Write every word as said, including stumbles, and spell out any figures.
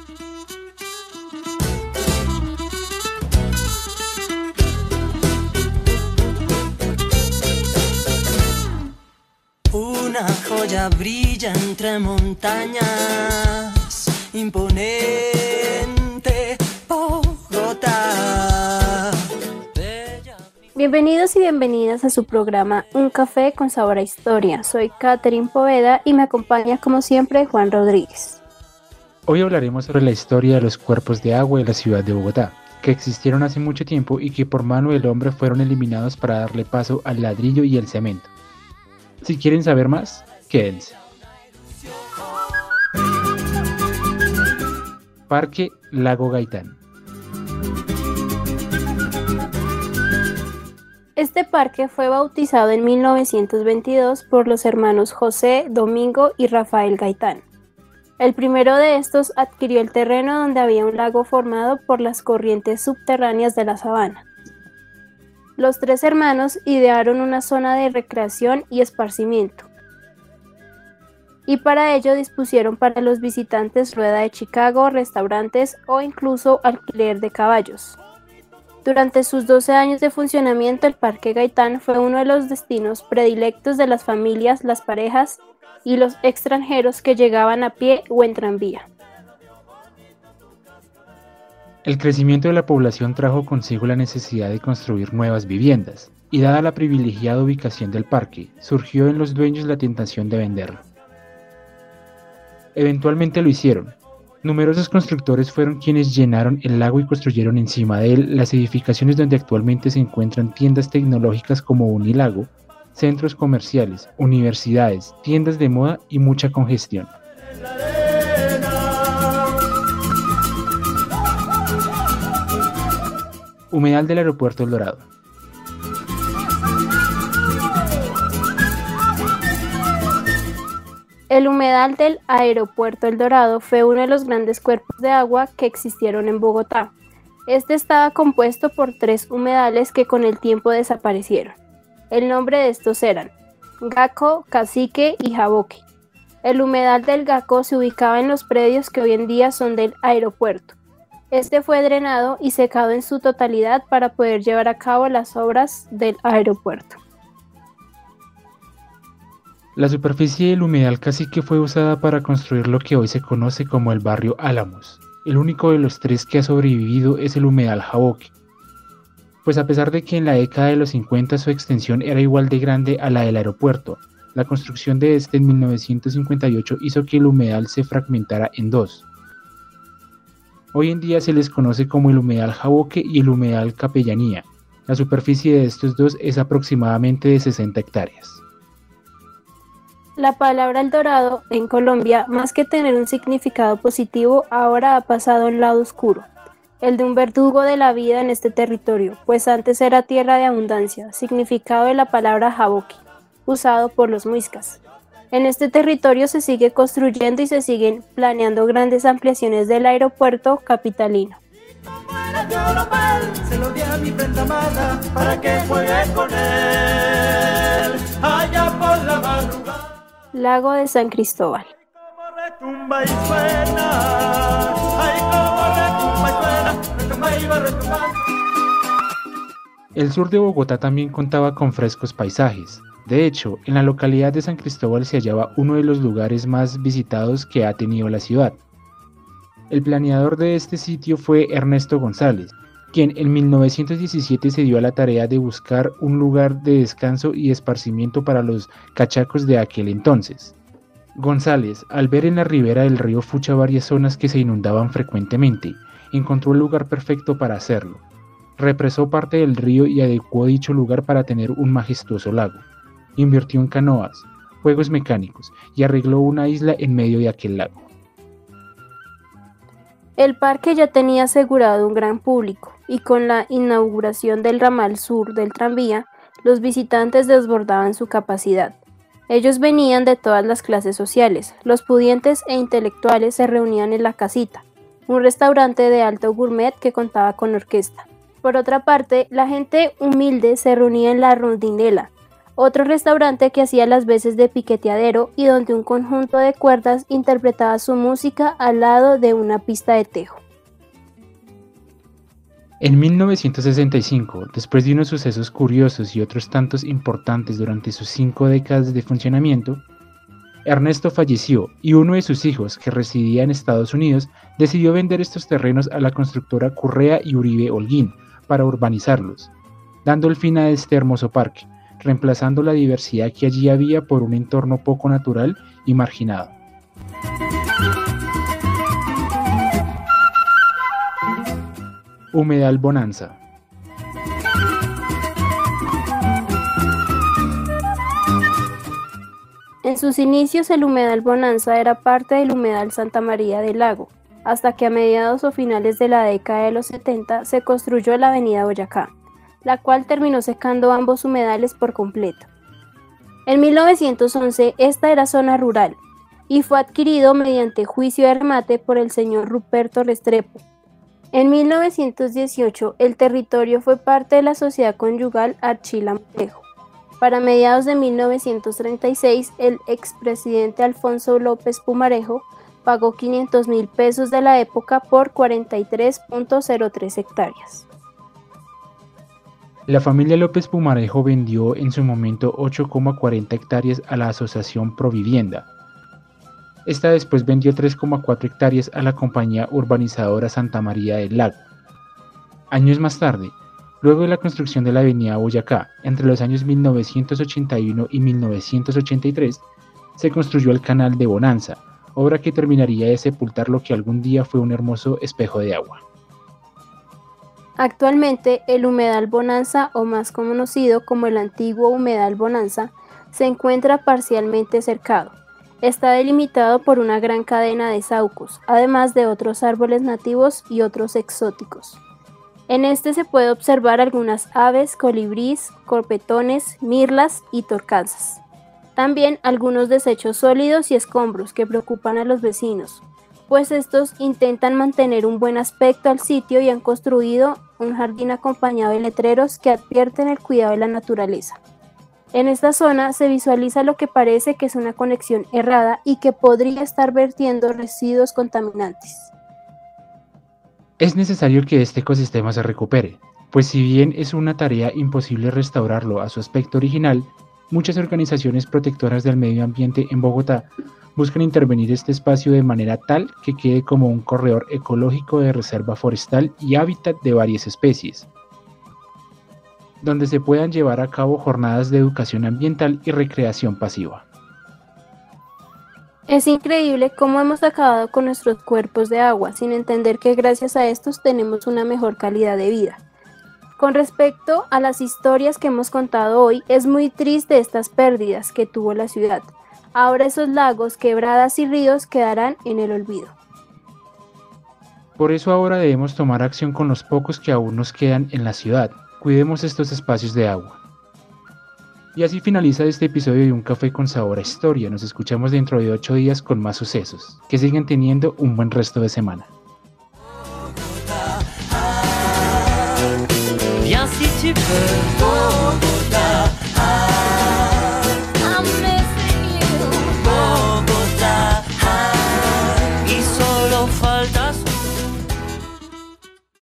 Una joya brilla entre montañas, imponente Bogotá. Bienvenidos y bienvenidas a su programa Un Café con Sabor a Historia. Soy Catherine Poveda y me acompaña como siempre Juan Rodríguez. Hoy hablaremos sobre la historia de los cuerpos de agua de la ciudad de Bogotá, que existieron hace mucho tiempo y que por mano del hombre fueron eliminados para darle paso al ladrillo y el cemento. Si quieren saber más, quédense. Parque Lago Gaitán. Este parque fue bautizado en mil novecientos veintidós por los hermanos José, Domingo y Rafael Gaitán. El primero de estos adquirió el terreno donde había un lago formado por las corrientes subterráneas de la sabana. Los tres hermanos idearon una zona de recreación y esparcimiento, y para ello dispusieron para los visitantes rueda de Chicago, restaurantes o incluso alquiler de caballos. Durante sus doce años de funcionamiento, el Parque Gaitán fue uno de los destinos predilectos de las familias, las parejas y los extranjeros que llegaban a pie o en tranvía. El crecimiento de la población trajo consigo la necesidad de construir nuevas viviendas, y dada la privilegiada ubicación del parque, surgió en los dueños la tentación de venderlo. Eventualmente lo hicieron. Numerosos constructores fueron quienes llenaron el lago y construyeron encima de él las edificaciones donde actualmente se encuentran tiendas tecnológicas como Unilago, centros comerciales, universidades, tiendas de moda y mucha congestión. Humedal del Aeropuerto El Dorado. El humedal del Aeropuerto El Dorado fue uno de los grandes cuerpos de agua que existieron en Bogotá. Este estaba compuesto por tres humedales que con el tiempo desaparecieron. El nombre de estos eran Gaco, Cacique y Jaboque. El humedal del Gaco se ubicaba en los predios que hoy en día son del aeropuerto. Este fue drenado y secado en su totalidad para poder llevar a cabo las obras del aeropuerto. La superficie del humedal Cacique fue usada para construir lo que hoy se conoce como el barrio Álamos. El único de los tres que ha sobrevivido es el humedal Jaboque, pues a pesar de que en la década de los cincuenta su extensión era igual de grande a la del aeropuerto, la construcción de este en mil novecientos cincuenta y ocho hizo que el humedal se fragmentara en dos. Hoy en día se les conoce como el humedal Jaboque y el humedal Capellanía. La superficie de estos dos es aproximadamente de sesenta hectáreas. La palabra El Dorado en Colombia, más que tener un significado positivo, ahora ha pasado a un lado oscuro, el de un verdugo de la vida en este territorio, pues antes era tierra de abundancia, significado de la palabra Jaboque, usado por los muiscas. En este territorio se sigue construyendo y se siguen planeando grandes ampliaciones del aeropuerto capitalino. Lago de San Cristóbal. El sur de Bogotá también contaba con frescos paisajes. De hecho, en la localidad de San Cristóbal se hallaba uno de los lugares más visitados que ha tenido la ciudad. El planeador de este sitio fue Ernesto González, quien en mil novecientos diecisiete se dio a la tarea de buscar un lugar de descanso y esparcimiento para los cachacos de aquel entonces. González, al ver en la ribera del río Fucha varias zonas que se inundaban frecuentemente, encontró el lugar perfecto para hacerlo. Represó parte del río y adecuó dicho lugar para tener un majestuoso lago. Invirtió en canoas, juegos mecánicos y arregló una isla en medio de aquel lago. El parque ya tenía asegurado un gran público y con la inauguración del ramal sur del tranvía, los visitantes desbordaban su capacidad. Ellos venían de todas las clases sociales, los pudientes e intelectuales se reunían en La Casita, un restaurante de alto gourmet que contaba con orquesta. Por otra parte, la gente humilde se reunía en La Rondinela, otro restaurante que hacía las veces de piqueteadero y donde un conjunto de cuerdas interpretaba su música al lado de una pista de tejo. En mil novecientos sesenta y cinco, después de unos sucesos curiosos y otros tantos importantes durante sus cinco décadas de funcionamiento, Ernesto falleció y uno de sus hijos, que residía en Estados Unidos, decidió vender estos terrenos a la constructora Correa y Uribe Holguín para urbanizarlos, dando el fin a este hermoso parque, reemplazando la diversidad que allí había por un entorno poco natural y marginado. Humedal Bonanza. En sus inicios el Humedal Bonanza era parte del Humedal Santa María del Lago, hasta que a mediados o finales de la década de los setenta se construyó la avenida Boyacá, la cual terminó secando ambos humedales por completo. En mil novecientos once esta era zona rural y fue adquirido mediante juicio de remate por el señor Ruperto Restrepo. En mil novecientos dieciocho el territorio fue parte de la sociedad conyugal Archila Montejo. Para mediados de mil novecientos treinta y seis el expresidente Alfonso López Pumarejo pagó quinientos mil pesos de la época por cuarenta y tres punto cero tres hectáreas. La familia López Pumarejo vendió en su momento ocho coma cuarenta hectáreas a la asociación Provivienda. Esta después vendió tres coma cuatro hectáreas a la compañía urbanizadora Santa María del Lago. Años más tarde, luego de la construcción de la avenida Boyacá, entre los años mil novecientos ochenta y uno y mil novecientos ochenta y tres, se construyó el Canal de Bonanza, obra que terminaría de sepultar lo que algún día fue un hermoso espejo de agua. Actualmente, el Humedal Bonanza, o más conocido como el antiguo Humedal Bonanza, se encuentra parcialmente cercado. Está delimitado por una gran cadena de saucos, además de otros árboles nativos y otros exóticos. En este se puede observar algunas aves, colibríes, corpetones, mirlas y torcasas. También algunos desechos sólidos y escombros que preocupan a los vecinos, pues estos intentan mantener un buen aspecto al sitio y han construido un jardín acompañado de letreros que advierten el cuidado de la naturaleza. En esta zona se visualiza lo que parece que es una conexión errada y que podría estar vertiendo residuos contaminantes. Es necesario que este ecosistema se recupere, pues si bien es una tarea imposible restaurarlo a su aspecto original, muchas organizaciones protectoras del medio ambiente en Bogotá buscan intervenir este espacio de manera tal que quede como un corredor ecológico de reserva forestal y hábitat de varias especies, donde se puedan llevar a cabo jornadas de educación ambiental y recreación pasiva. Es increíble cómo hemos acabado con nuestros cuerpos de agua, sin entender que gracias a estos tenemos una mejor calidad de vida. Con respecto a las historias que hemos contado hoy, es muy triste estas pérdidas que tuvo la ciudad. Ahora esos lagos, quebradas y ríos quedarán en el olvido. Por eso ahora debemos tomar acción con los pocos que aún nos quedan en la ciudad. Cuidemos estos espacios de agua. Y así finaliza este episodio de Un Café con Sabor a Historia. Nos escuchamos dentro de ocho días con más sucesos. Que sigan teniendo un buen resto de semana. Viens si tu peux, Bogota.